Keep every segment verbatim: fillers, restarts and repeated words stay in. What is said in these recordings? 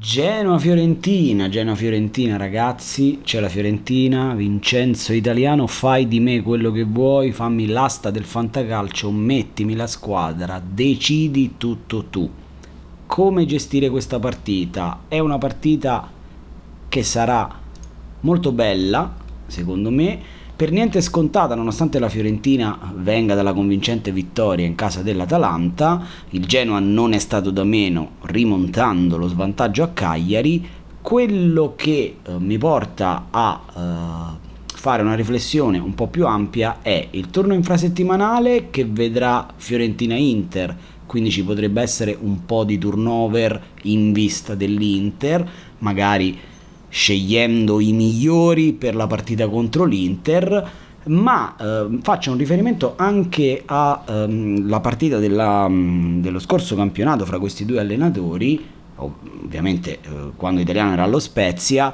Genoa-Fiorentina, Genoa-Fiorentina ragazzi, c'è la Fiorentina, Vincenzo Italiano, fai di me quello che vuoi, fammi l'asta del fantacalcio, mettimi la squadra, decidi tutto tu. Come gestire questa partita? È una partita che sarà molto bella, secondo me, per niente scontata, nonostante la Fiorentina venga dalla convincente vittoria in casa dell'Atalanta. Il Genoa non è stato da meno, rimontando lo svantaggio a Cagliari. Quello che eh, mi porta a eh, fare una riflessione un po' più ampia è il turno infrasettimanale che vedrà Fiorentina-Inter, quindi ci potrebbe essere un po' di turnover in vista dell'Inter, magari scegliendo i migliori per la partita contro l'Inter, ma eh, faccio un riferimento anche alla ehm, partita della, mh, dello scorso campionato fra questi due allenatori, ovviamente eh, quando Italiano era allo Spezia,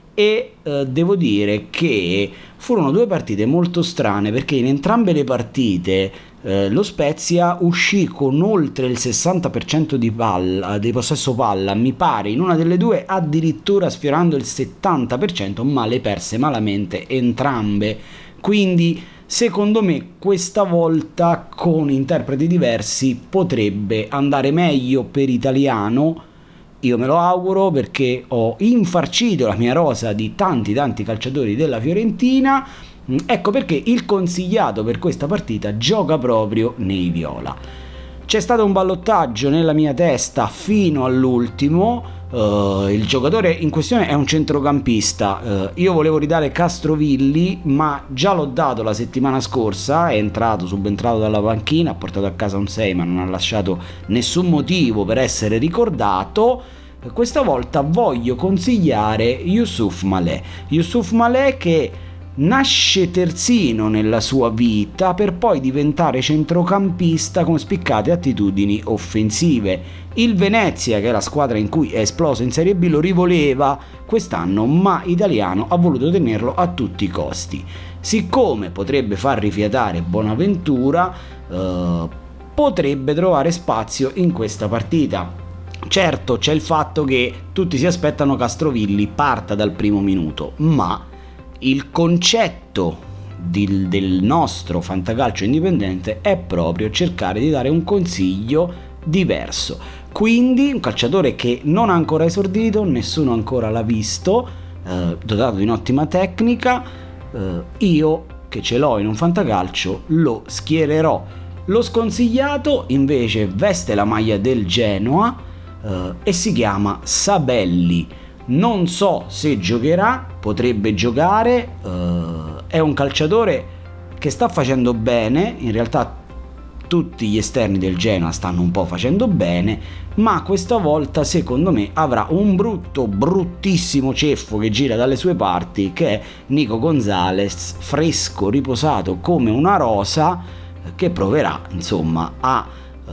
e eh, devo dire che furono due partite molto strane, perché in entrambe le partite eh, lo Spezia uscì con oltre il sessanta per cento di palla, di possesso palla, mi pare in una delle due addirittura sfiorando il settanta per cento, ma le perse malamente entrambe. Quindi secondo me questa volta con interpreti diversi potrebbe andare meglio per Italiano. Io me lo auguro, perché ho infarcito la mia rosa di tanti tanti calciatori della Fiorentina. Ecco perché il consigliato per questa partita gioca proprio nei viola. C'è stato un ballottaggio nella mia testa fino all'ultimo. Uh, il giocatore in questione è un centrocampista. Uh, io volevo ridare Castrovilli, ma già l'ho dato la settimana scorsa. È entrato, subentrato dalla panchina, ha portato a casa un sei, ma non ha lasciato nessun motivo per essere ricordato. Questa volta voglio consigliare Youssouf Malé. Youssouf Malé che nasce terzino nella sua vita per poi diventare centrocampista con spiccate attitudini offensive. Il Venezia, che è la squadra in cui è esploso in Serie B, lo rivoleva quest'anno, ma Italiano ha voluto tenerlo a tutti i costi. Siccome potrebbe far rifiatare Bonaventura, eh, potrebbe trovare spazio in questa partita. Certo, c'è il fatto che tutti si aspettano Castrovilli parta dal primo minuto, ma il concetto di, del nostro fantacalcio indipendente è proprio cercare di dare un consiglio diverso. Quindi un calciatore che non ha ancora esordito, nessuno ancora l'ha visto, eh, dotato di un'ottima tecnica, eh, io che ce l'ho in un fantacalcio lo schiererò. Lo sconsigliato invece veste la maglia del Genoa eh, e si chiama Sabelli. Non so se giocherà, potrebbe giocare, uh, è un calciatore che sta facendo bene, in realtà tutti gli esterni del Genoa stanno un po' facendo bene, ma questa volta secondo me avrà un brutto, bruttissimo ceffo che gira dalle sue parti, che è Nico Gonzalez, fresco, riposato come una rosa, che proverà insomma a uh,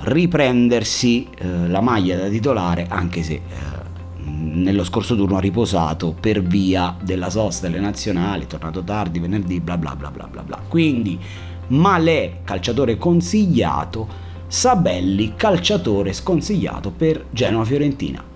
riprendersi uh, la maglia da titolare, anche se uh, nello scorso turno ha riposato per via della sosta delle nazionali, è tornato tardi venerdì, bla bla bla bla bla bla. Quindi Malé calciatore consigliato, Sabelli calciatore sconsigliato per Genoa-Fiorentina.